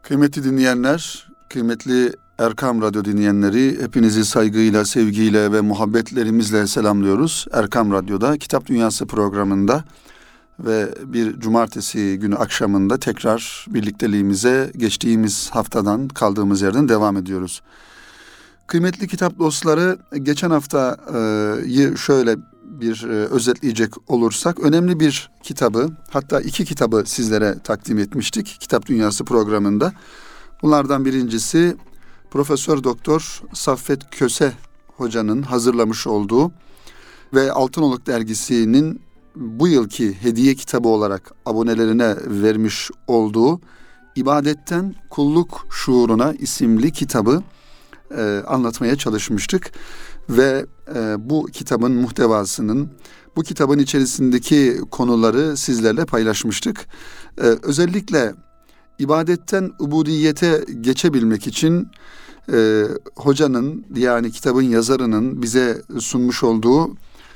Kıymetli dinleyenler, kıymetli Erkam Radyo dinleyenleri, hepinizi saygıyla, sevgiyle ve muhabbetlerimizle selamlıyoruz. Erkam Radyo'da Kitap Dünyası programında ve bir cumartesi günü akşamında tekrar birlikteliğimize geçtiğimiz haftadan kaldığımız yerden devam ediyoruz. Kıymetli kitap dostları, geçen haftayı şöyle bir özetleyecek olursak önemli bir kitabı, hatta iki kitabı sizlere takdim etmiştik Kitap Dünyası programında. Bunlardan birincisi Profesör Doktor Saffet Köse Hoca'nın hazırlamış olduğu ve Altınoluk Dergisi'nin bu yılki hediye kitabı olarak abonelerine vermiş olduğu İbadetten Kulluk Şuuruna isimli kitabı anlatmaya çalışmıştık. Ve bu kitabın muhtevasının, bu kitabın içerisindeki konuları sizlerle paylaşmıştık. Özellikle ibadetten ubudiyete geçebilmek için hocanın, yani kitabın yazarının bize sunmuş olduğu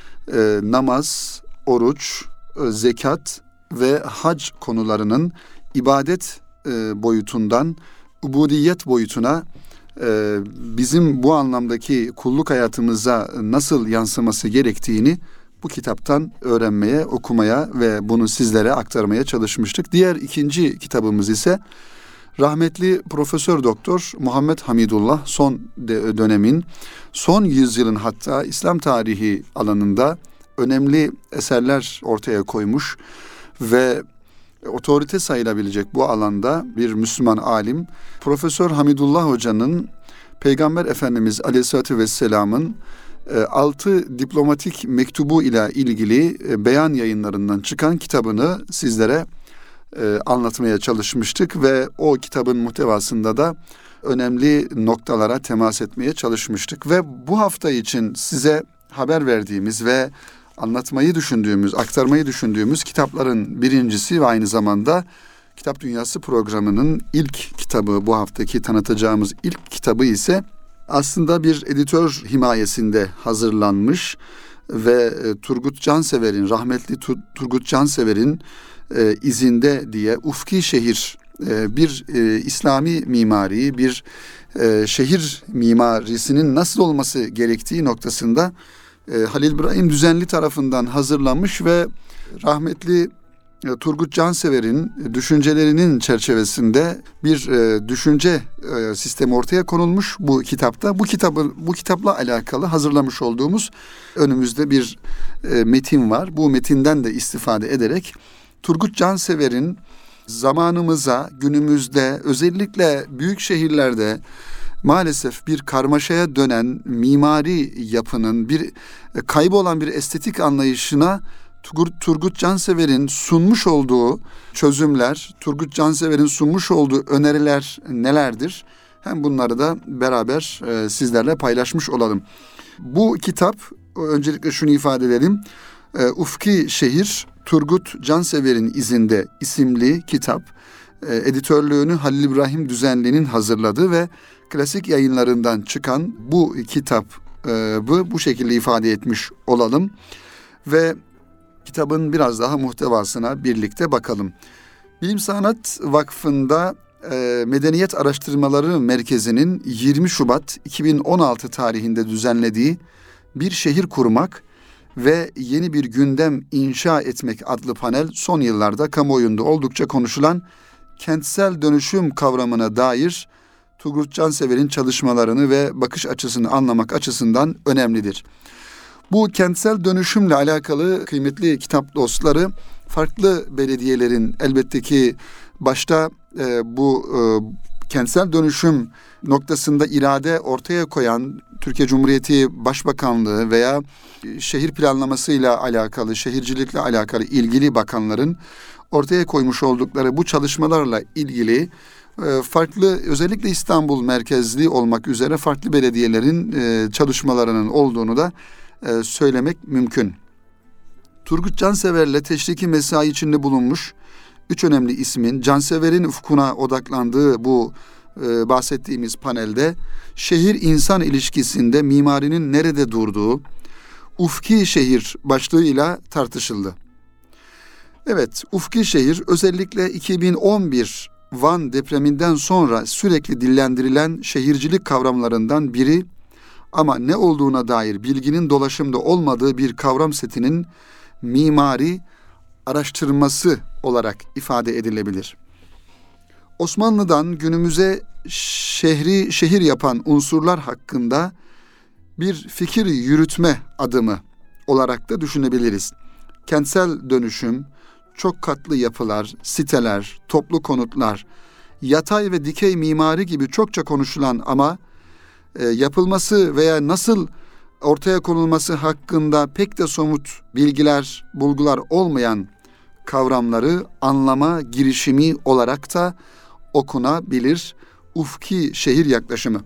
namaz, oruç, zekat ve hac konularının ibadet boyutundan ubudiyet boyutuna bizim bu anlamdaki kulluk hayatımıza nasıl yansıması gerektiğini bu kitaptan öğrenmeye, okumaya ve bunu sizlere aktarmaya çalışmıştık. Diğer ikinci kitabımız ise rahmetli Profesör Doktor Muhammed Hamidullah son dönemin, son yüzyılın hatta İslam tarihi alanında önemli eserler ortaya koymuş ve otorite sayılabilecek bu alanda bir Müslüman alim Profesör Hamidullah Hoca'nın Peygamber Efendimiz Aleyhisselatü Vesselam'ın 6 diplomatik mektubu ile ilgili beyan yayınlarından çıkan kitabını sizlere anlatmaya çalışmıştık ve o kitabın muhtevasında da önemli noktalara temas etmeye çalışmıştık ve bu hafta için size haber verdiğimiz ve anlatmayı düşündüğümüz, aktarmayı düşündüğümüz kitapların birincisi ve aynı zamanda Kitap Dünyası programının ilk kitabı, bu haftaki tanıtacağımız ilk kitabı ise aslında bir editör himayesinde hazırlanmış ve Turgut Cansever'in, rahmetli Turgut Cansever'in izinde diye Ufki Şehir, bir İslami mimari, bir şehir mimarisinin nasıl olması gerektiği noktasında Halil İbrahim Düzenli tarafından hazırlanmış ve rahmetli Turgut Cansever'in düşüncelerinin çerçevesinde bir düşünce sistemi ortaya konulmuş bu kitapta. Bu kitapla alakalı hazırlamış olduğumuz önümüzde bir metin var. Bu metinden de istifade ederek Turgut Cansever'in zamanımıza, günümüzde özellikle büyük şehirlerde maalesef bir karmaşaya dönen mimari yapının, bir kaybolan bir estetik anlayışına Turgut Cansever'in sunmuş olduğu çözümler, Turgut Cansever'in sunmuş olduğu öneriler nelerdir? Hem bunları da beraber sizlerle paylaşmış olalım. Bu kitap, öncelikle şunu ifade edelim. Ufki Şehir, Turgut Cansever'in izinde isimli kitap. Editörlüğünü Halil İbrahim Düzenli'nin hazırladığı ve klasik yayınlarından çıkan bu kitabı bu şekilde ifade etmiş olalım. Ve kitabın biraz daha muhtevasına birlikte bakalım. Bilim Sanat Vakfı'nda Medeniyet Araştırmaları Merkezi'nin 20 Şubat 2016 tarihinde düzenlediği Bir Şehir Kurmak ve Yeni Bir Gündem İnşa Etmek adlı panel son yıllarda kamuoyunda oldukça konuşulan kentsel dönüşüm kavramına dair Turgut Cansever'in çalışmalarını ve bakış açısını anlamak açısından önemlidir. Bu kentsel dönüşümle alakalı kıymetli kitap dostları, farklı belediyelerin elbette ki başta bu kentsel dönüşüm noktasında irade ortaya koyan Türkiye Cumhuriyeti Başbakanlığı veya şehir planlamasıyla alakalı, şehircilikle alakalı ilgili bakanların ortaya koymuş oldukları bu çalışmalarla ilgili farklı, özellikle İstanbul merkezli olmak üzere farklı belediyelerin çalışmalarının olduğunu da söylemek mümkün. Turgut Cansever'le teşriki mesai içinde bulunmuş 3 önemli ismin Cansever'in ufkuna odaklandığı bu bahsettiğimiz panelde şehir-insan ilişkisinde mimarinin nerede durduğu, Ufki Şehir başlığıyla tartışıldı. Evet, Ufki Şehir özellikle 2011 Van depreminden sonra sürekli dillendirilen şehircilik kavramlarından biri ama ne olduğuna dair bilginin dolaşımda olmadığı bir kavram setinin mimari araştırması olarak ifade edilebilir. Osmanlı'dan günümüze şehri şehir yapan unsurlar hakkında bir fikir yürütme adımı olarak da düşünebiliriz. Kentsel dönüşüm, çok katlı yapılar, siteler, toplu konutlar, yatay ve dikey mimari gibi çokça konuşulan ama yapılması veya nasıl ortaya konulması hakkında pek de somut bilgiler, bulgular olmayan kavramları anlama girişimi olarak da okunabilir ufki şehir yaklaşımı.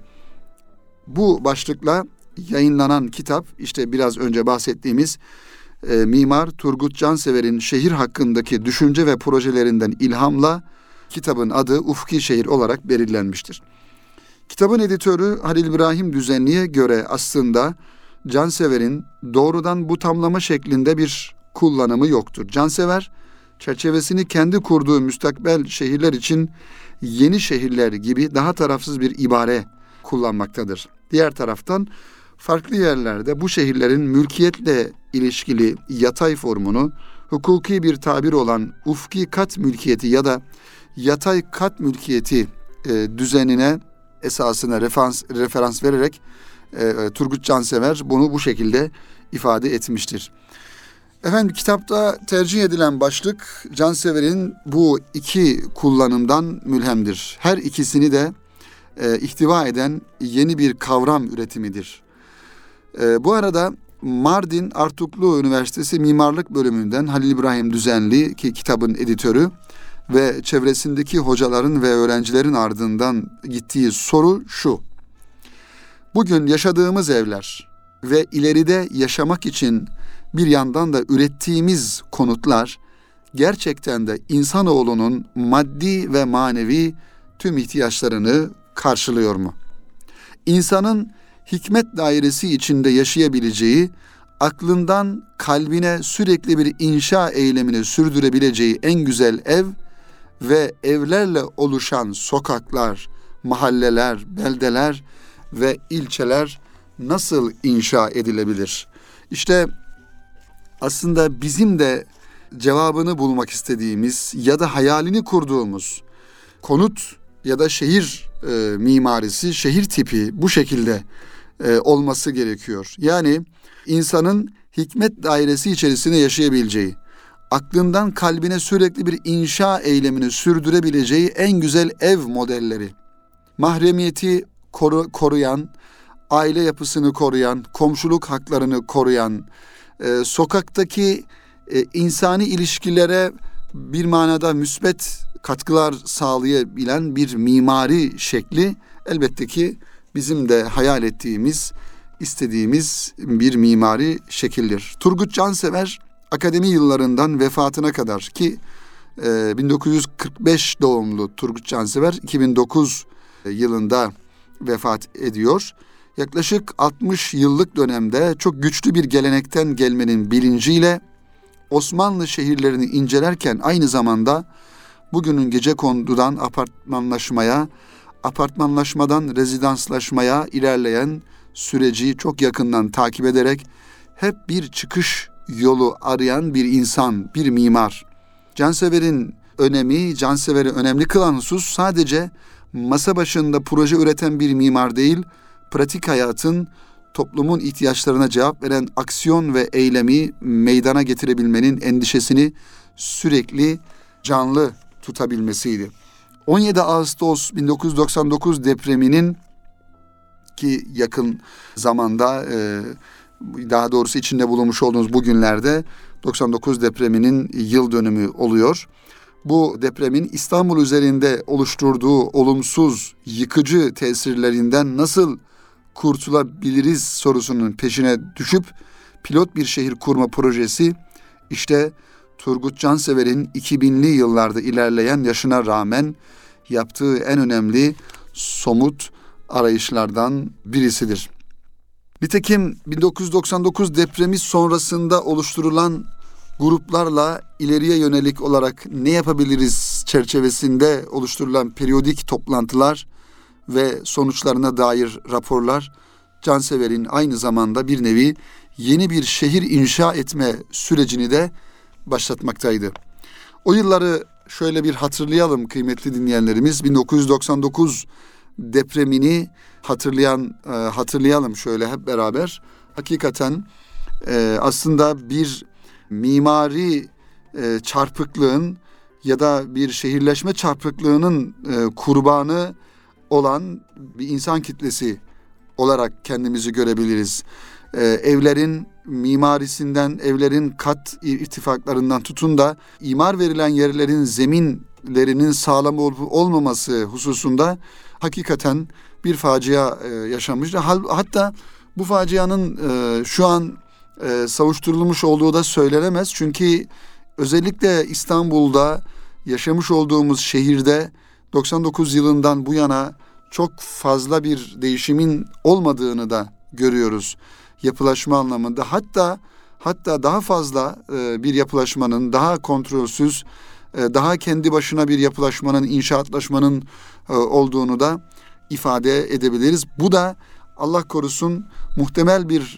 Bu başlıkla yayınlanan kitap işte biraz önce bahsettiğimiz Mimar Turgut Cansever'in şehir hakkındaki düşünce ve projelerinden ilhamla kitabın adı Ufki Şehir olarak belirlenmiştir. Kitabın editörü Halil İbrahim Düzenli'ye göre aslında Cansever'in doğrudan bu tamlama şeklinde bir kullanımı yoktur. Cansever, çerçevesini kendi kurduğu müstakbel şehirler için yeni şehirler gibi daha tarafsız bir ibare kullanmaktadır. Diğer taraftan farklı yerlerde bu şehirlerin mülkiyetle ilişkili yatay formunu, hukuki bir tabir olan ufki kat mülkiyeti ya da yatay kat mülkiyeti düzenine, esasına referans vererek Turgut Cansever bunu bu şekilde ifade etmiştir. Efendim kitapta tercih edilen başlık Cansever'in bu iki kullanımdan mülhemdir. Her ikisini de ihtiva eden yeni bir kavram üretimidir. Bu arada Mardin Artuklu Üniversitesi Mimarlık Bölümünden Halil İbrahim Düzenli ki kitabın editörü ve çevresindeki hocaların ve öğrencilerin ardından gittiği soru şu: bugün yaşadığımız evler ve ileride yaşamak için bir yandan da ürettiğimiz konutlar gerçekten de insanoğlunun maddi ve manevi tüm ihtiyaçlarını karşılıyor mu? İnsanın hikmet dairesi içinde yaşayabileceği, aklından kalbine sürekli bir inşa eylemini sürdürebileceği en güzel ev ve evlerle oluşan sokaklar, mahalleler, beldeler ve ilçeler nasıl inşa edilebilir? İşte aslında bizim de cevabını bulmak istediğimiz ya da hayalini kurduğumuz konut ya da şehir mimarisi, şehir tipi bu şekilde olması gerekiyor. Yani insanın hikmet dairesi içerisinde yaşayabileceği, aklından kalbine sürekli bir inşa eylemini sürdürebileceği en güzel ev modelleri, mahremiyeti koruyan, aile yapısını koruyan, komşuluk haklarını koruyan, sokaktaki insani ilişkilere bir manada müsbet katkılar sağlayabilen bir mimari şekli elbette ki bizim de hayal ettiğimiz, istediğimiz bir mimari şekildir. Turgut Cansever akademi yıllarından vefatına kadar ki 1945 doğumlu Turgut Cansever 2009 yılında vefat ediyor. Yaklaşık 60 yıllık dönemde çok güçlü bir gelenekten gelmenin bilinciyle Osmanlı şehirlerini incelerken aynı zamanda bugünün gecekondudan apartmanlaşmaya, apartmanlaşmadan rezidanslaşmaya ilerleyen süreci çok yakından takip ederek hep bir çıkış yolu arayan bir insan, bir mimar. Cansever'in önemi, Cansever'i önemli kılan husus sadece masa başında proje üreten bir mimar değil, pratik hayatın, toplumun ihtiyaçlarına cevap veren aksiyon ve eylemi meydana getirebilmenin endişesini sürekli canlı tutabilmesiydi. 17 Ağustos 1999 depreminin ki yakın zamanda daha doğrusu içinde bulunmuş olduğumuz bu günlerde 99 depreminin yıl dönümü oluyor. Bu depremin İstanbul üzerinde oluşturduğu olumsuz, yıkıcı tesirlerinden nasıl kurtulabiliriz sorusunun peşine düşüp pilot bir şehir kurma projesi işte Turgut Cansever'in 2000'li yıllarda ilerleyen yaşına rağmen yaptığı en önemli somut arayışlardan birisidir. Nitekim 1999 depremi sonrasında oluşturulan gruplarla ileriye yönelik olarak ne yapabiliriz çerçevesinde oluşturulan periyodik toplantılar ve sonuçlarına dair raporlar, Cansever'in aynı zamanda bir nevi yeni bir şehir inşa etme sürecini de başlatmaktaydı. O yılları şöyle bir hatırlayalım kıymetli dinleyenlerimiz. 1999 depremini hatırlayalım şöyle hep beraber. Hakikaten aslında bir mimari çarpıklığın ya da bir şehirleşme çarpıklığının kurbanı olan bir insan kitlesi olarak kendimizi görebiliriz. Evlerin mimarisinden, evlerin kat irtifaklarından tutun da imar verilen yerlerin zeminlerinin sağlam olup olmaması hususunda hakikaten bir facia yaşanmıştı. Hatta bu facianın şu an savuşturulmuş olduğu da söylenemez. Çünkü özellikle İstanbul'da yaşamış olduğumuz şehirde 99 yılından bu yana çok fazla bir değişimin olmadığını da görüyoruz. Yapılaşma anlamında hatta daha fazla bir yapılaşmanın, daha kontrolsüz, daha kendi başına bir yapılaşmanın, inşaatlaşmanın olduğunu da ifade edebiliriz. Bu da Allah korusun muhtemel bir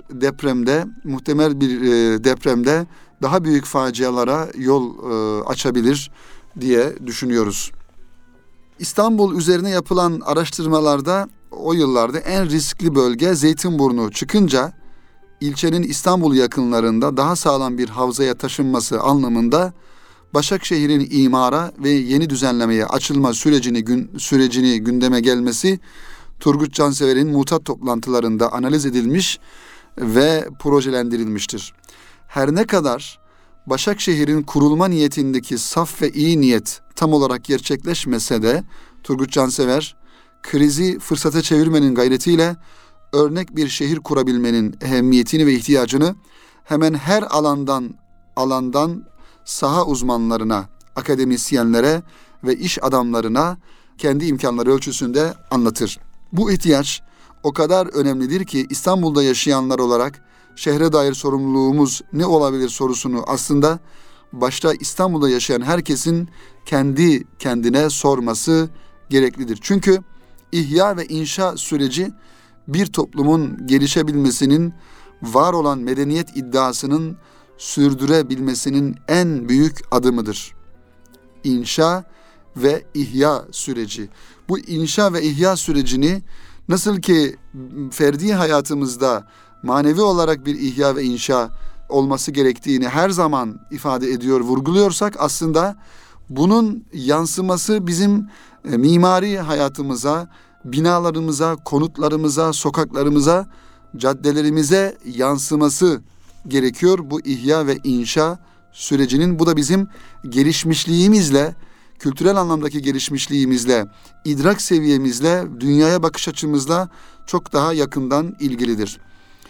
depremde daha büyük facialara yol açabilir diye düşünüyoruz. İstanbul üzerine yapılan araştırmalarda o yıllarda en riskli bölge Zeytinburnu çıkınca ilçenin İstanbul yakınlarında daha sağlam bir havzaya taşınması anlamında Başakşehir'in imara ve yeni düzenlemeye açılma sürecini gündeme gelmesi Turgut Cansever'in mutat toplantılarında analiz edilmiş ve projelendirilmiştir. Her ne kadar Başakşehir'in kurulma niyetindeki saf ve iyi niyet tam olarak gerçekleşmese de Turgut Cansever krizi fırsata çevirmenin gayretiyle örnek bir şehir kurabilmenin ehemmiyetini ve ihtiyacını hemen her alandan saha uzmanlarına, akademisyenlere ve iş adamlarına kendi imkanları ölçüsünde anlatır. Bu ihtiyaç o kadar önemlidir ki İstanbul'da yaşayanlar olarak şehre dair sorumluluğumuz ne olabilir sorusunu aslında başta İstanbul'da yaşayan herkesin kendi kendine sorması gereklidir. Çünkü ihya ve inşa süreci bir toplumun gelişebilmesinin, var olan medeniyet iddiasının sürdürebilmesinin en büyük adımıdır. İnşa ve ihya süreci. Bu inşa ve ihya sürecini nasıl ki ferdi hayatımızda manevi olarak bir ihya ve inşa olması gerektiğini her zaman ifade ediyor, vurguluyorsak aslında bunun yansıması bizim mimari hayatımıza, binalarımıza, konutlarımıza, sokaklarımıza, caddelerimize yansıması gerekiyor bu ihya ve inşa sürecinin. Bu da bizim gelişmişliğimizle, kültürel anlamdaki gelişmişliğimizle, idrak seviyemizle, dünyaya bakış açımızla çok daha yakından ilgilidir.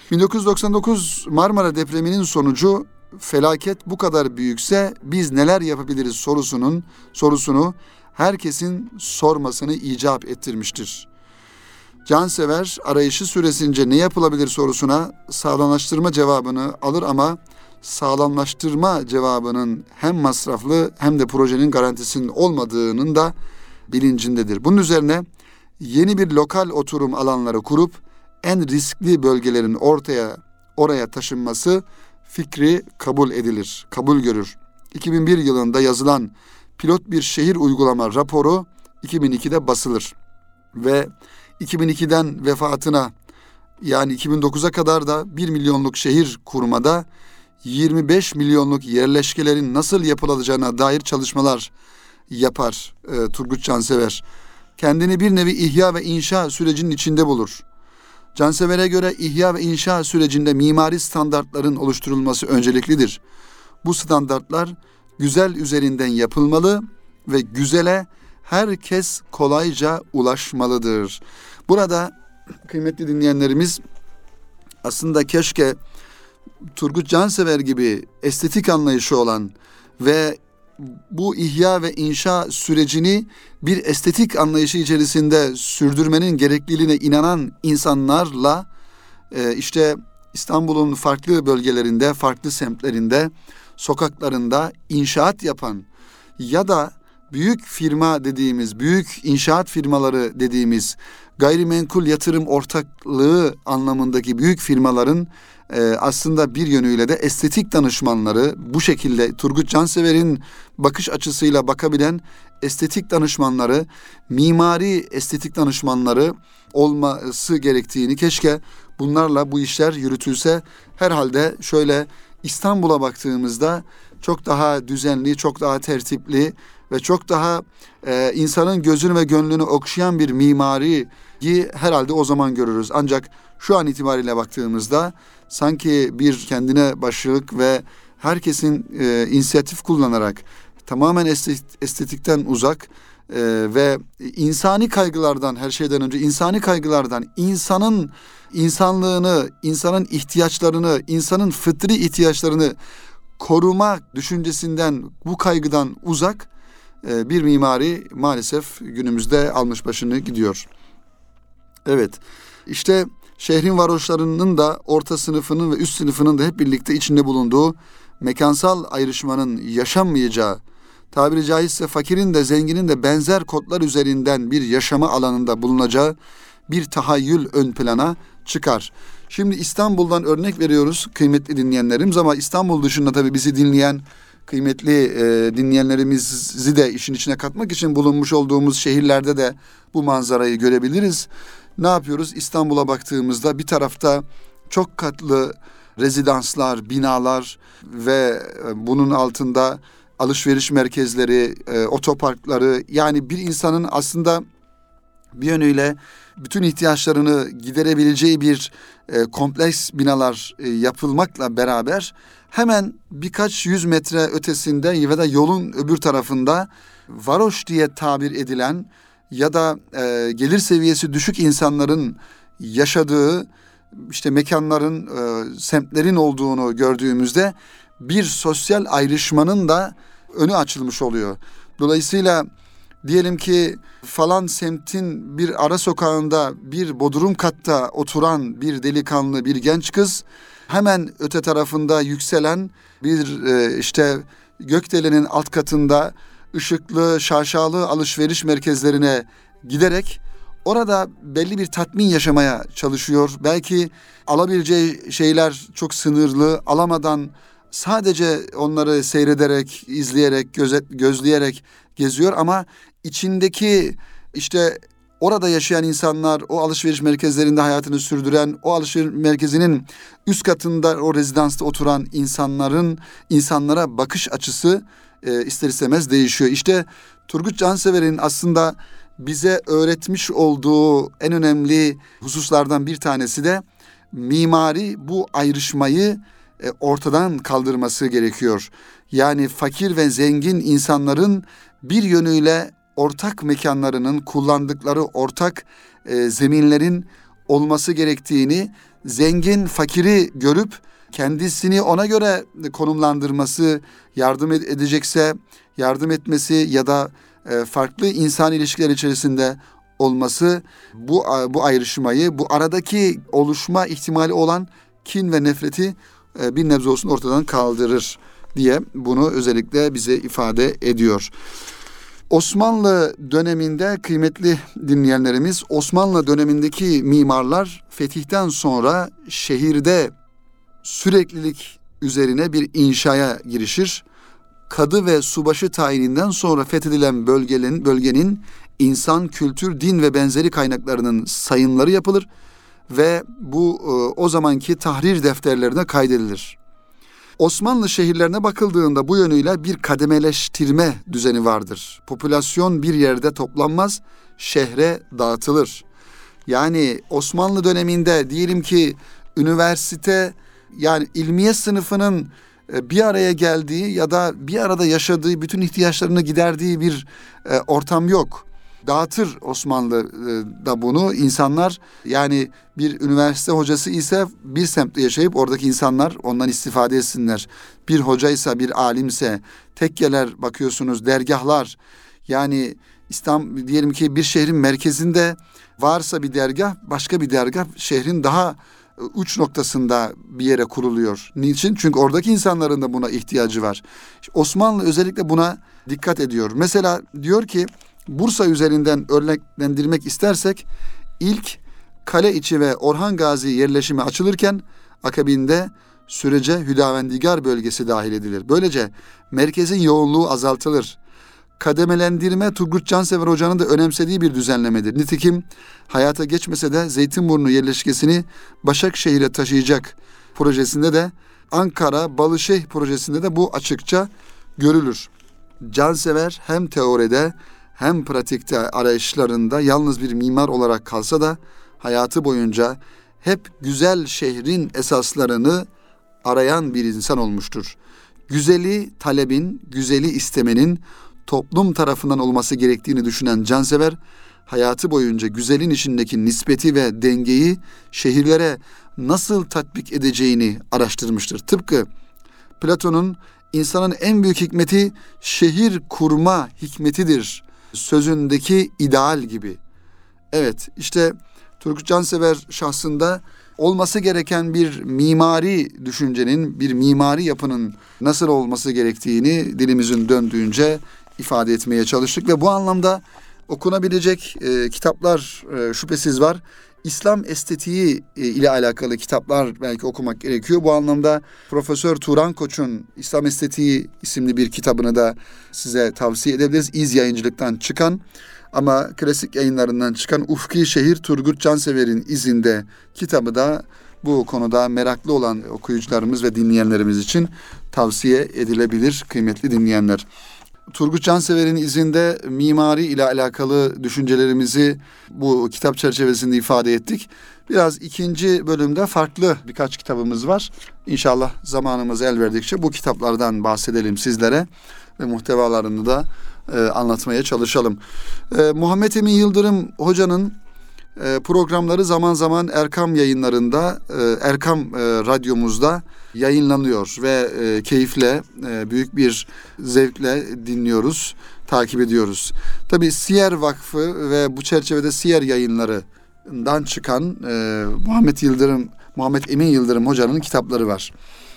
1999 Marmara depreminin sonucu felaket bu kadar büyükse biz neler yapabiliriz sorusunu herkesin sormasını icap ettirmiştir. Cansever arayışı süresince ne yapılabilir sorusuna sağlamlaştırma cevabını alır ama sağlamlaştırma cevabının hem masraflı hem de projenin garantisinin olmadığının da bilincindedir. Bunun üzerine yeni bir lokal oturum alanları kurup en riskli bölgelerin oraya taşınması fikri kabul görür. 2001 yılında yazılan pilot bir şehir uygulama raporu 2002'de basılır ve 2002'den vefatına yani 2009'a kadar da 1 milyonluk şehir kurmada 25 milyonluk yerleşkelerin nasıl yapılacağına dair çalışmalar yapar Turgut Cansever. Kendini bir nevi ihya ve inşa sürecinin içinde bulur. Cansever'e göre ihya ve inşa sürecinde mimari standartların oluşturulması önceliklidir. Bu standartlar güzel üzerinden yapılmalı ve güzele herkes kolayca ulaşmalıdır. Burada kıymetli dinleyenlerimiz aslında keşke Turgut Cansever gibi estetik anlayışı olan ve bu ihya ve inşa sürecini bir estetik anlayışı içerisinde sürdürmenin gerekliliğine inanan insanlarla işte İstanbul'un farklı bölgelerinde, farklı semtlerinde sokaklarında inşaat yapan ya da büyük firma dediğimiz, büyük inşaat firmaları dediğimiz gayrimenkul yatırım ortaklığı anlamındaki büyük firmaların aslında bir yönüyle de estetik danışmanları, bu şekilde Turgut Cansever'in bakış açısıyla bakabilen estetik danışmanları, mimari estetik danışmanları olması gerektiğini, keşke bunlarla bu işler yürütülse. Herhalde şöyle İstanbul'a baktığımızda çok daha düzenli, çok daha tertipli ve çok daha insanın gözünü ve gönlünü okşayan bir mimariyi herhalde o zaman görürüz. Ancak şu an itibariyle baktığımızda sanki bir kendine başlık ve herkesin inisiyatif kullanarak tamamen estetikten uzak ve insani kaygılardan, her şeyden önce insani kaygılardan, insanlığını, insanın ihtiyaçlarını, insanın fıtri ihtiyaçlarını koruma düşüncesinden, bu kaygıdan uzak bir mimari maalesef günümüzde almış başını gidiyor. Evet, işte şehrin varoşlarının da orta sınıfının ve üst sınıfının da hep birlikte içinde bulunduğu mekansal ayrışmanın yaşanmayacağı, tabiri caizse fakirin de zenginin de benzer kodlar üzerinden bir yaşama alanında bulunacağı bir tahayyül ön plana çıkar. Şimdi İstanbul'dan örnek veriyoruz kıymetli dinleyenlerimiz, ama İstanbul dışında tabii bizi dinleyen kıymetli dinleyenlerimizi de işin içine katmak için bulunmuş olduğumuz şehirlerde de bu manzarayı görebiliriz. Ne yapıyoruz? İstanbul'a baktığımızda bir tarafta çok katlı rezidanslar, binalar ve bunun altında alışveriş merkezleri, otoparkları, yani bir insanın aslında bir yönüyle bütün ihtiyaçlarını giderebileceği bir kompleks binalar yapılmakla beraber hemen birkaç yüz metre ötesinde ya da yolun öbür tarafında varoş diye tabir edilen ya da gelir seviyesi düşük insanların yaşadığı işte mekanların, semtlerin olduğunu gördüğümüzde bir sosyal ayrışmanın da önü açılmış oluyor. Dolayısıyla diyelim ki falan semtin bir ara sokağında bir bodrum katta oturan bir delikanlı, bir genç kız, hemen öte tarafında yükselen bir işte gökdelenin alt katında ışıklı, şaşalı alışveriş merkezlerine giderek orada belli bir tatmin yaşamaya çalışıyor. Belki alabileceği şeyler çok sınırlı, alamadan sadece onları seyrederek, izleyerek, gözleyerek geziyor, ama içindeki işte orada yaşayan insanlar, o alışveriş merkezlerinde hayatını sürdüren, o alışveriş merkezinin üst katında o rezidansta oturan insanlara bakış açısı ister istemez değişiyor. İşte Turgut Cansever'in aslında bize öğretmiş olduğu en önemli hususlardan bir tanesi de mimari bu ayrışmayı ortadan kaldırması gerekiyor. Yani fakir ve zengin insanların bir yönüyle ortak mekanlarının, kullandıkları ortak zeminlerin olması gerektiğini, zengin fakiri görüp kendisini ona göre konumlandırması, yardım edecekse yardım etmesi ya da farklı insan ilişkiler içerisinde olması bu ayrışmayı, bu aradaki oluşma ihtimali olan kin ve nefreti bir nebze olsun ortadan kaldırır diye bunu özellikle bize ifade ediyor. Osmanlı döneminde kıymetli dinleyenlerimiz, Osmanlı dönemindeki mimarlar fetihten sonra şehirde süreklilik üzerine bir inşaya girişir. Kadı ve subaşı tayininden sonra fethedilen bölgenin insan, kültür, din ve benzeri kaynaklarının sayımları yapılır ve bu o zamanki tahrir defterlerine kaydedilir. Osmanlı şehirlerine bakıldığında bu yönüyle bir kademeleştirme düzeni vardır. Popülasyon bir yerde toplanmaz, şehre dağıtılır. Yani Osmanlı döneminde diyelim ki üniversite, yani ilmiye sınıfının bir araya geldiği ya da bir arada yaşadığı, bütün ihtiyaçlarını giderdiği bir ortam yok. Dağıtır Osmanlı da bunu. İnsanlar, yani bir üniversite hocası ise bir semtte yaşayıp oradaki insanlar ondan istifade etsinler. Bir hocaysa, bir alimse, tekkeler bakıyorsunuz, dergahlar. Yani diyelim ki bir şehrin merkezinde varsa bir dergah, başka bir dergah şehrin daha uç noktasında bir yere kuruluyor. Niçin? Çünkü oradaki insanların da buna ihtiyacı var. Osmanlı özellikle buna dikkat ediyor. Mesela diyor ki Bursa üzerinden örneklendirmek istersek ilk kale içi ve Orhan Gazi yerleşimi açılırken akabinde sürece Hüdavendigar bölgesi dahil edilir. Böylece merkezin yoğunluğu azaltılır. Kademelendirme Turgut Cansever Hoca'nın da önemsediği bir düzenlemedir. Nitekim hayata geçmese de Zeytinburnu yerleşkesini Başakşehir'e taşıyacak projesinde de Ankara Balışehir projesinde de bu açıkça görülür. Cansever hem teoride hem pratikte arayışlarında yalnız bir mimar olarak kalsa da hayatı boyunca hep güzel şehrin esaslarını arayan bir insan olmuştur. Güzeli talebin, güzeli istemenin toplum tarafından olması gerektiğini düşünen Cansever, hayatı boyunca güzelin içindeki nispeti ve dengeyi şehirlere nasıl tatbik edeceğini araştırmıştır. Tıpkı Platon'un insanın en büyük hikmeti şehir kurma hikmetidir sözündeki ideal gibi. Evet, işte Turgut Cansever şahsında olması gereken bir mimari düşüncenin, bir mimari yapının nasıl olması gerektiğini dilimizin döndüğünce ifade etmeye çalıştık ve bu anlamda okunabilecek kitaplar şüphesiz var. İslam estetiği ile alakalı kitaplar belki okumak gerekiyor. Bu anlamda Profesör Turan Koç'un İslam Estetiği isimli bir kitabını da size tavsiye edebiliriz. İz Yayıncılık'tan çıkan ama klasik yayınlarından çıkan Ufki Şehir Turgut Cansever'in izinde kitabı da bu konuda meraklı olan okuyucularımız ve dinleyenlerimiz için tavsiye edilebilir kıymetli dinleyenler. Turgut Cansever'in izinde mimari ile alakalı düşüncelerimizi bu kitap çerçevesinde ifade ettik. Biraz ikinci bölümde farklı birkaç kitabımız var. İnşallah zamanımız el verdikçe bu kitaplardan bahsedelim sizlere ve muhtevalarını da anlatmaya çalışalım. Muhammed Emin Yıldırım Hoca'nın programları zaman zaman Erkam yayınlarında, Erkam radyomuzda yayınlanıyor ve keyifle, büyük bir zevkle dinliyoruz, takip ediyoruz. Tabii Siyer Vakfı ve bu çerçevede Siyer yayınlarından çıkan Muhammed Emin Yıldırım Hoca'nın kitapları var.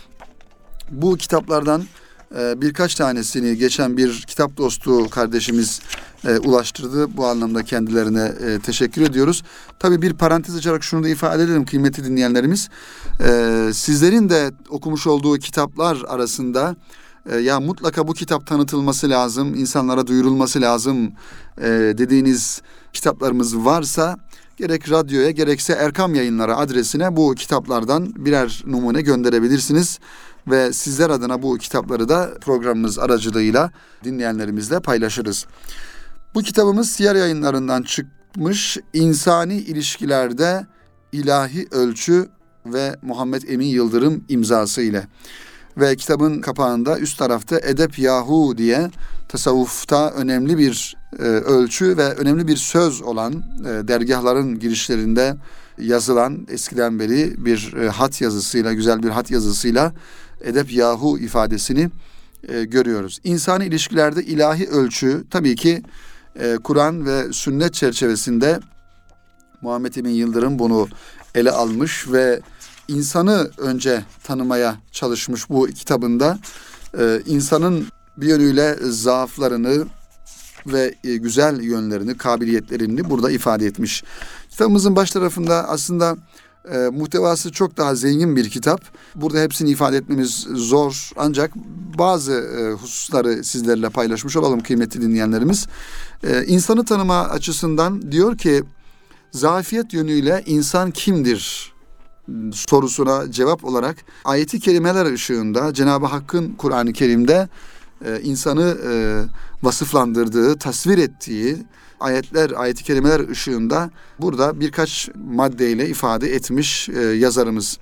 Bu kitaplardan birkaç tanesini geçen bir kitap dostu kardeşimiz ulaştırdı. Bu anlamda kendilerine teşekkür ediyoruz. Tabii bir parantez açarak şunu da ifade edelim kıymetli dinleyenlerimiz. Sizlerin de okumuş olduğu kitaplar arasında ya mutlaka bu kitap tanıtılması lazım, insanlara duyurulması lazım dediğiniz kitaplarımız varsa gerek radyoya gerekse Erkam Yayınları adresine bu kitaplardan birer numune gönderebilirsiniz. Ve sizler adına bu kitapları da programımız aracılığıyla dinleyenlerimizle paylaşırız. Bu kitabımız Siyer Yayınlarından çıkmış İnsani İlişkilerde İlahi Ölçü ve Muhammed Emin Yıldırım imzası ile. Ve kitabın kapağında üst tarafta Edep Yahu diye tasavvufta önemli bir ölçü ve önemli bir söz olan dergahların girişlerinde yazılan eskiden beri bir hat yazısıyla, güzel bir hat yazısıyla Edep Yahu ifadesini görüyoruz. İnsani ilişkilerde ilahi ölçü tabii ki Kur'an ve sünnet çerçevesinde Muhammed Emin Yıldırım bunu ele almış ve insanı önce tanımaya çalışmış bu kitabında. İnsanın bir yönüyle zaaflarını ve güzel yönlerini, kabiliyetlerini burada ifade etmiş. Kitabımızın baş tarafında aslında muhtevası çok daha zengin bir kitap. Burada hepsini ifade etmemiz zor ancak bazı hususları sizlerle paylaşmış olalım kıymetli dinleyenlerimiz. İnsanı tanıma açısından diyor ki zafiyet yönüyle insan kimdir sorusuna cevap olarak ayeti kerimeler ışığında Cenab-ı Hakk'ın Kur'an-ı Kerim'de insanı vasıflandırdığı, tasvir ettiği ayet-i kerimeler ışığında burada birkaç maddeyle ifade etmiş yazarımız.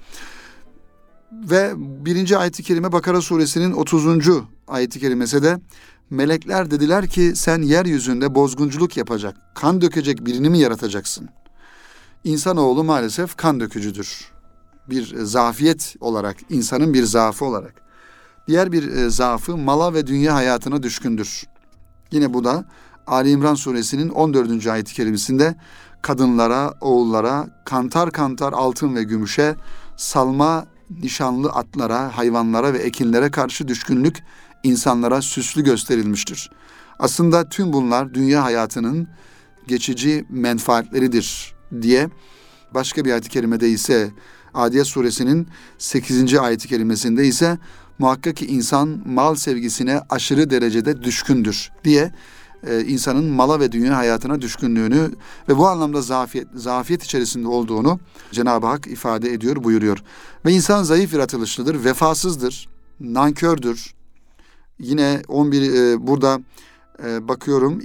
Ve birinci ayet-i kerime Bakara suresinin 30. ayet-i kerimesi de melekler dediler ki sen yeryüzünde bozgunculuk yapacak, kan dökecek birini mi yaratacaksın? İnsanoğlu maalesef kan dökücüdür. Bir zafiyet olarak, insanın bir zaafı olarak. Diğer bir zaafı mala ve dünya hayatına düşkündür. Yine bu da Ali İmran suresinin 14. ayet-i kerimesinde kadınlara, oğullara, kantar kantar altın ve gümüşe, salma nişanlı atlara, hayvanlara ve ekinlere karşı düşkünlük insanlara süslü gösterilmiştir. Aslında tüm bunlar dünya hayatının geçici menfaatleridir diye başka bir ayet-i kerimede ise Adiyet suresinin 8. ayet-i kerimesinde ise muhakkak ki insan mal sevgisine aşırı derecede düşkündür diye insanın mala ve dünya hayatına düşkünlüğünü ve bu anlamda zafiyet içerisinde olduğunu Cenab-ı Hak ifade ediyor, buyuruyor. Ve insan zayıf yaratılışlıdır, vefasızdır, nankördür. Yine 11 burada bakıyorum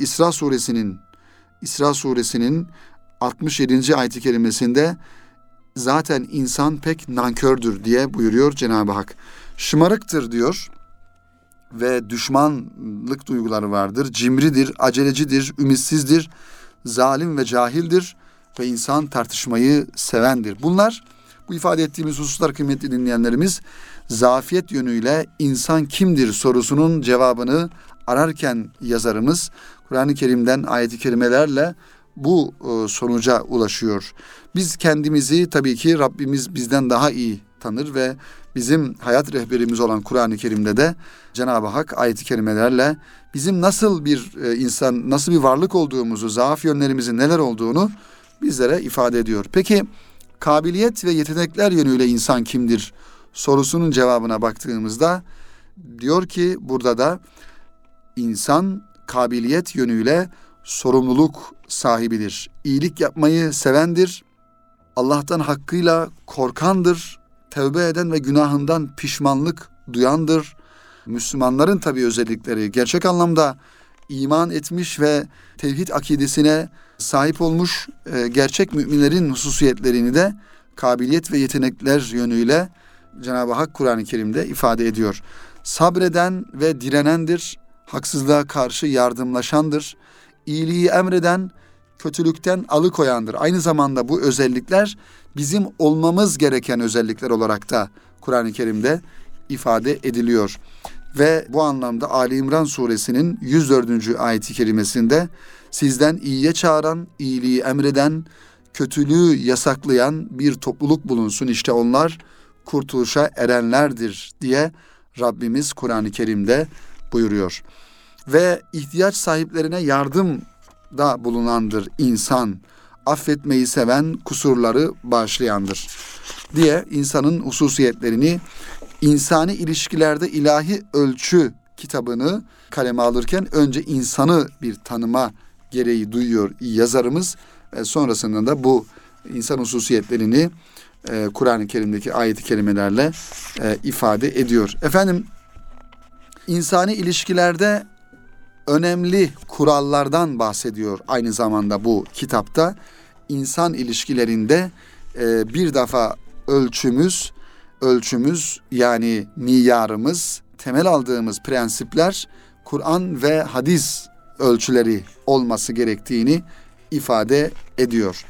İsra suresinin 67. ayet-i kerimesinde zaten insan pek nankördür diye buyuruyor Cenab-ı Hak. Şımarıktır diyor ve düşmanlık duyguları vardır. Cimridir, acelecidir, ümitsizdir, zalim ve cahildir ve insan tartışmayı sevendir. Bunlar, bu ifade ettiğimiz hususlar kıymetli dinleyenlerimiz, zafiyet yönüyle insan kimdir sorusunun cevabını ararken yazarımız Kur'an-ı Kerim'den ayet-i kerimelerle bu sonuca ulaşıyor. Biz kendimizi tabii ki Rabbimiz bizden daha iyi tanır ve bizim hayat rehberimiz olan Kur'an-ı Kerim'de de Cenab-ı Hak ayet-i kerimelerle bizim nasıl bir insan, nasıl bir varlık olduğumuzu, zaaf yönlerimizin neler olduğunu bizlere ifade ediyor. Peki kabiliyet ve yetenekler yönüyle insan kimdir sorusunun cevabına baktığımızda diyor ki burada da insan kabiliyet yönüyle sorumluluk sahibidir. İyilik yapmayı sevendir. Allah'tan hakkıyla korkandır. Tevbe eden ve günahından pişmanlık duyandır. Müslümanların tabii özellikleri, gerçek anlamda iman etmiş ve tevhid akidesine sahip olmuş gerçek müminlerin hususiyetlerini de kabiliyet ve yetenekler yönüyle Cenab-ı Hak Kur'an-ı Kerim'de ifade ediyor. Sabreden ve direnendir. Haksızlığa karşı yardımlaşandır. İyiliği emreden, kötülükten alıkoyandır. Aynı zamanda bu özellikler bizim olmamız gereken özellikler olarak da Kur'an-ı Kerim'de ifade ediliyor. Ve bu anlamda Ali İmran suresinin 104. ayet-i kerimesinde sizden iyiye çağıran, iyiliği emreden, kötülüğü yasaklayan bir topluluk bulunsun. İşte onlar kurtuluşa erenlerdir diye Rabbimiz Kur'an-ı Kerim'de buyuruyor. Ve ihtiyaç sahiplerine yardım da bulunandır insan. Affetmeyi seven, kusurları bağışlayandır diye insanın hususiyetlerini insani ilişkilerde ilahi ölçü kitabını kaleme alırken önce insanı bir tanıma gereği duyuyor yazarımız. Sonrasında da bu insan hususiyetlerini Kur'an-ı Kerim'deki ayet-i kerimelerle ifade ediyor. Efendim, insani ilişkilerde önemli kurallardan bahsediyor aynı zamanda bu kitapta. İnsan ilişkilerinde bir defa ölçümüz yani miyarımız, temel aldığımız prensipler Kur'an ve hadis ölçüleri olması gerektiğini ifade ediyor.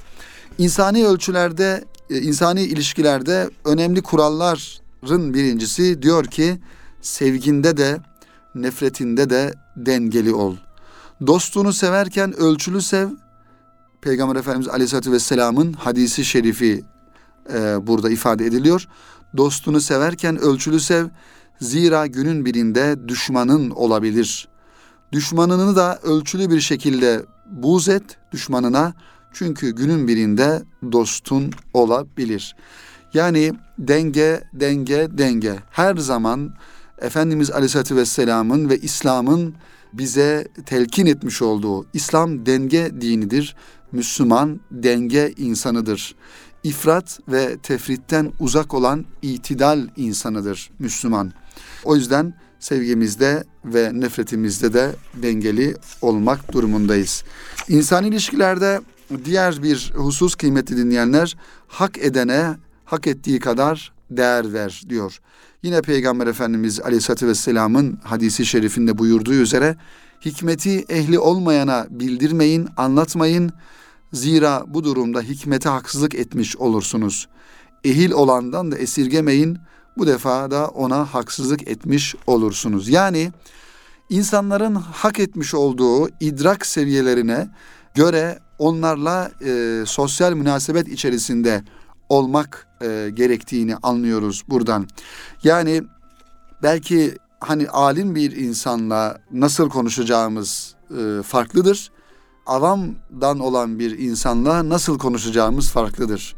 İnsani ilişkilerde önemli kuralların birincisi diyor ki sevginde de nefretinde de dengeli ol. Dostunu severken ölçülü sev. Peygamber Efendimiz Aleyhisselatü Vesselam'ın hadisi şerifi burada ifade ediliyor. Dostunu severken ölçülü sev. Zira günün birinde düşmanın olabilir. Düşmanını da ölçülü bir şekilde buğz et düşmanına. Çünkü günün birinde dostun olabilir. Yani denge. Her zaman Efendimiz Aleyhisselatü Vesselam'ın ve İslam'ın bize telkin etmiş olduğu İslam denge dinidir. Müslüman denge insanıdır. İfrat ve tefritten uzak olan itidal insanıdır Müslüman. O yüzden sevgimizde ve nefretimizde de dengeli olmak durumundayız. İnsan ilişkilerde diğer bir husus kıymetli dinleyenler, hak edene hak ettiği kadar değer ver diyor. Yine Peygamber Efendimiz Aleyhisselatü Vesselam'ın hadisi şerifinde buyurduğu üzere hikmeti ehli olmayana bildirmeyin, anlatmayın. Zira bu durumda hikmete haksızlık etmiş olursunuz. Ehil olandan da esirgemeyin. Bu defa da ona haksızlık etmiş olursunuz. Yani İnsanların hak etmiş olduğu idrak seviyelerine göre onlarla sosyal münasebet içerisinde olmak gerektiğini anlıyoruz buradan. Yani belki hani alim bir insanla nasıl konuşacağımız farklıdır. Avamdan olan bir insanla nasıl konuşacağımız farklıdır.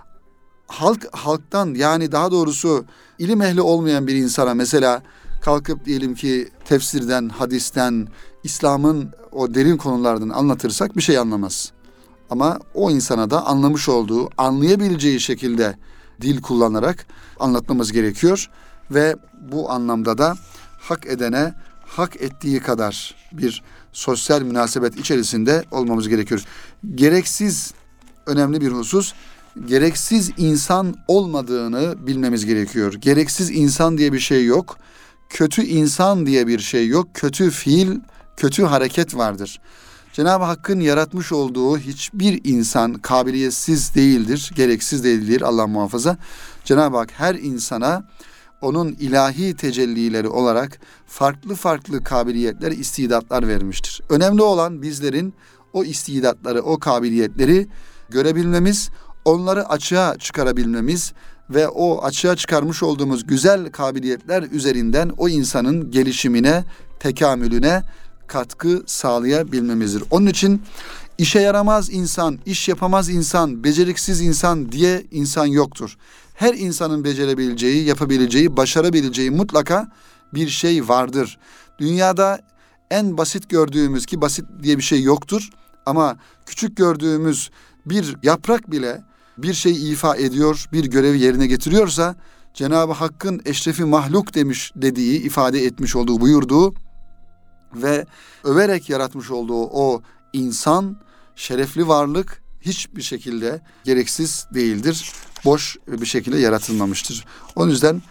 Halktan, yani daha doğrusu ilim ehli olmayan bir insana mesela kalkıp diyelim ki tefsirden, hadisten, İslam'ın o derin konulardan anlatırsak bir şey anlamaz. Ama o insana da anlamış olduğu, anlayabileceği şekilde dil kullanarak anlatmamız gerekiyor. Ve bu anlamda da hak edene hak ettiği kadar bir sosyal münasebet içerisinde olmamız gerekiyor. Gereksiz, önemli bir husus, gereksiz insan olmadığını bilmemiz gerekiyor. Gereksiz insan diye bir şey yok. Kötü insan diye bir şey yok. Kötü fiil, kötü hareket vardır. Cenab-ı Hakk'ın yaratmış olduğu hiçbir insan kabiliyetsiz değildir, gereksiz değildir, Allah muhafaza. Cenab-ı Hak her insana onun ilahi tecellileri olarak farklı farklı kabiliyetler, istidatlar vermiştir. Önemli olan bizlerin o istidatları, o kabiliyetleri görebilmemiz, onları açığa çıkarabilmemiz ve o açığa çıkarmış olduğumuz güzel kabiliyetler üzerinden o insanın gelişimine, tekamülüne katkı sağlayabilmemizdir. Onun için işe yaramaz insan, iş yapamaz insan, beceriksiz insan diye insan yoktur. Her insanın becerebileceği, yapabileceği, başarabileceği mutlaka bir şey vardır. Dünyada en basit gördüğümüz, ki basit diye bir şey yoktur, ama küçük gördüğümüz bir yaprak bile bir şey ifa ediyor, bir görevi yerine getiriyorsa Cenab-ı Hakk'ın eşrefi mahluk dediği, ifade etmiş olduğu, buyurduğu ve överek yaratmış olduğu o insan, şerefli varlık hiçbir şekilde gereksiz değildir. Boş bir şekilde yaratılmamıştır. O yüzden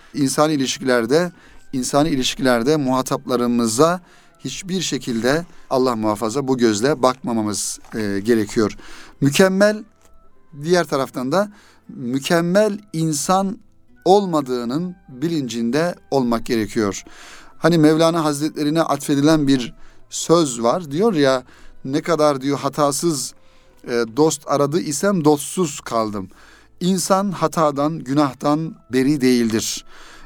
insani ilişkilerde muhataplarımıza hiçbir şekilde Allah muhafaza bu gözle bakmamamız gerekiyor. Diğer taraftan da mükemmel insan olmadığının bilincinde olmak gerekiyor. Hani Mevlana Hazretlerine atfedilen bir söz var. Diyor ya, ne kadar diyor hatasız dost aradı isem dostsuz kaldım. İnsan hatadan, günahtan beri değildir.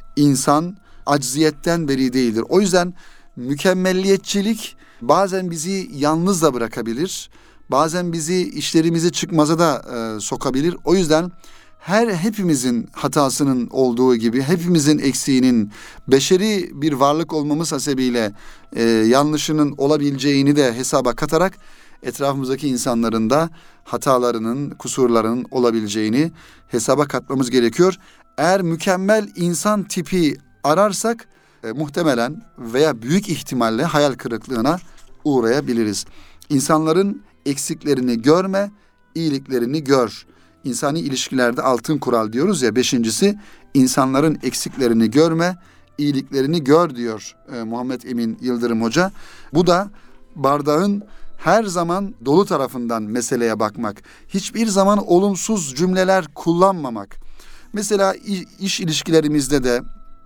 İnsan acziyetten beri değildir. O yüzden mükemmelliyetçilik bazen bizi yalnız da bırakabilir. Bazen bizi işlerimizi çıkmaza da sokabilir. O yüzden hepimizin hatasının olduğu gibi, hepimizin eksiğinin, beşeri bir varlık olmamız hasebiyle yanlışının olabileceğini de hesaba katarak etrafımızdaki insanların da hatalarının, kusurlarının olabileceğini hesaba katmamız gerekiyor. Eğer mükemmel insan tipi ararsak muhtemelen veya büyük ihtimalle hayal kırıklığına uğrayabiliriz. İnsanların eksiklerini görme, iyiliklerini gör. İnsani ilişkilerde altın kural diyoruz ya, 5.'si insanların eksiklerini görme, iyiliklerini gör diyor Muhammed Emin Yıldırım Hoca. Bu da bardağın her zaman dolu tarafından meseleye bakmak. Hiçbir zaman olumsuz cümleler kullanmamak. Mesela iş ilişkilerimizde de,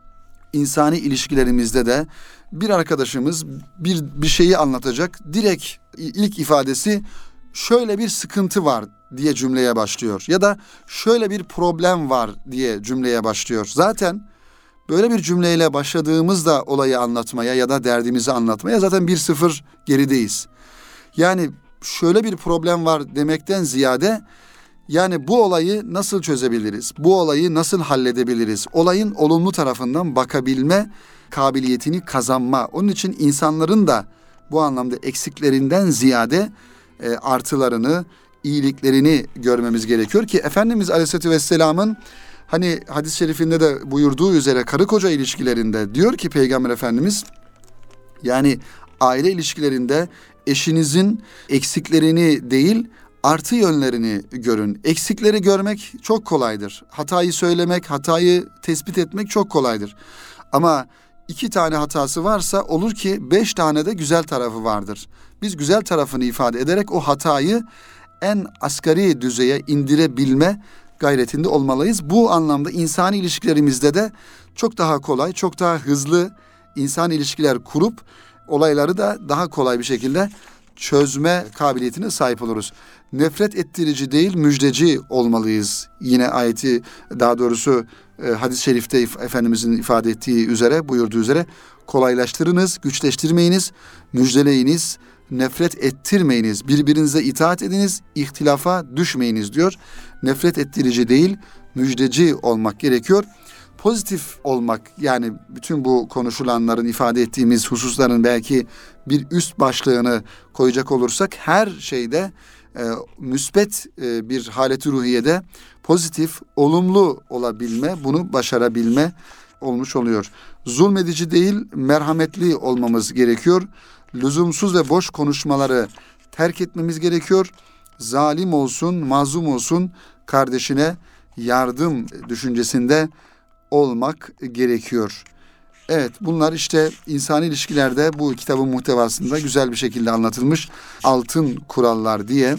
insani ilişkilerimizde de bir arkadaşımız bir şeyi anlatacak. Direkt ilk ifadesi şöyle bir sıkıntı var diye cümleye başlıyor. Ya da şöyle bir problem var diye cümleye başlıyor. Zaten böyle bir cümleyle başladığımızda olayı anlatmaya ya da derdimizi anlatmaya zaten 1-0 gerideyiz. Yani şöyle bir problem var demekten ziyade, yani bu olayı nasıl çözebiliriz? Bu olayı nasıl halledebiliriz? Olayın olumlu tarafından bakabilme kabiliyetini kazanma. Onun için insanların da bu anlamda eksiklerinden ziyade artılarını, iyiliklerini görmemiz gerekiyor ki Efendimiz Aleyhisselatü Vesselam'ın hani hadis-i şerifinde de buyurduğu üzere karı koca ilişkilerinde diyor ki Peygamber Efendimiz, yani aile ilişkilerinde eşinizin eksiklerini değil, artı yönlerini görün. Eksikleri görmek çok kolaydır. Hatayı söylemek, hatayı tespit etmek çok kolaydır. Ama 2 tane hatası varsa olur ki 5 tane de güzel tarafı vardır. Biz güzel tarafını ifade ederek o hatayı en asgari düzeye indirebilme gayretinde olmalıyız. Bu anlamda insani ilişkilerimizde de çok daha kolay, çok daha hızlı insan ilişkiler kurup olayları da daha kolay bir şekilde çözme kabiliyetine sahip oluruz. Nefret ettirici değil, müjdeci olmalıyız. Yine ayeti, daha doğrusu hadis-i şerifte Efendimizin ifade ettiği üzere, buyurduğu üzere, kolaylaştırınız, güçleştirmeyiniz, müjdeleyiniz, nefret ettirmeyiniz, birbirinize itaat ediniz, ihtilafa düşmeyiniz diyor. Nefret ettirici değil, müjdeci olmak gerekiyor. Pozitif olmak, yani bütün bu konuşulanların, ifade ettiğimiz hususların belki bir üst başlığını koyacak olursak, her şeyde müsbet bir haleti ruhiyede pozitif, olumlu olabilme, bunu başarabilme olmuş oluyor. Zulmedici değil, merhametli olmamız gerekiyor. Lüzumsuz ve boş konuşmaları terk etmemiz gerekiyor. Zalim olsun, mazlum olsun, kardeşine yardım düşüncesinde olmak gerekiyor. Evet, bunlar işte insani ilişkilerde bu kitabın muhtevasında güzel bir şekilde anlatılmış altın kurallar diye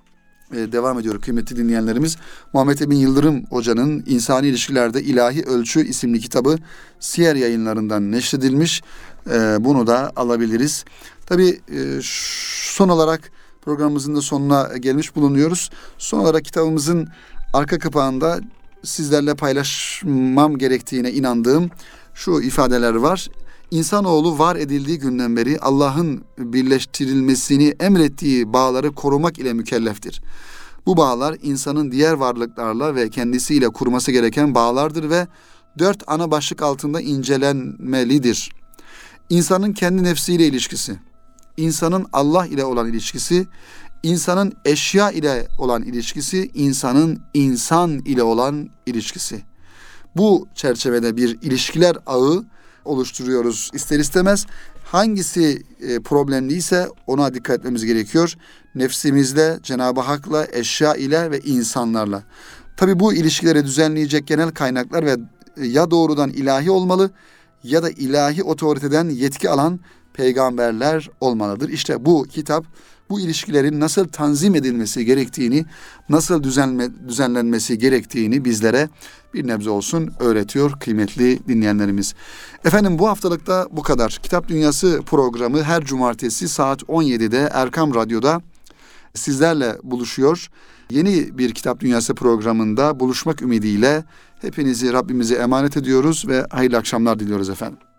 devam ediyor kıymetli dinleyenlerimiz. Muhammed Emin Yıldırım Hoca'nın İnsani İlişkilerde İlahi Ölçü isimli kitabı Siyer Yayınlarından neşredilmiş. Bunu da alabiliriz. Tabii son olarak programımızın da sonuna gelmiş bulunuyoruz. Son olarak kitabımızın arka kapağında sizlerle paylaşmam gerektiğine inandığım şu ifadeler var. İnsanoğlu var edildiği günden beri Allah'ın birleştirilmesini emrettiği bağları korumak ile mükelleftir. Bu bağlar insanın diğer varlıklarla ve kendisiyle kurması gereken bağlardır ve 4 ana başlık altında incelenmelidir. İnsanın kendi nefsiyle ilişkisi, insanın Allah ile olan ilişkisi, insanın eşya ile olan ilişkisi, insanın insan ile olan ilişkisi. Bu çerçevede bir ilişkiler ağı oluşturuyoruz ister istemez. Hangisi problemliyse ona dikkat etmemiz gerekiyor. Nefsimizle, Cenab-ı Hak'la, eşya ile ve insanlarla. Tabii bu ilişkileri düzenleyecek genel kaynaklar ve ya doğrudan ilahi olmalı ya da ilahi otoriteden yetki alan peygamberler olmalıdır. İşte bu kitap bu ilişkilerin nasıl tanzim edilmesi gerektiğini, nasıl düzenlenmesi gerektiğini bizlere bir nebze olsun öğretiyor kıymetli dinleyenlerimiz. Efendim, bu haftalıkta bu kadar. Kitap Dünyası programı her cumartesi saat 17'de Erkam Radyo'da sizlerle buluşuyor. Yeni bir Kitap Dünyası programında buluşmak ümidiyle hepinizi Rabbimize emanet ediyoruz ve hayırlı akşamlar diliyoruz efendim.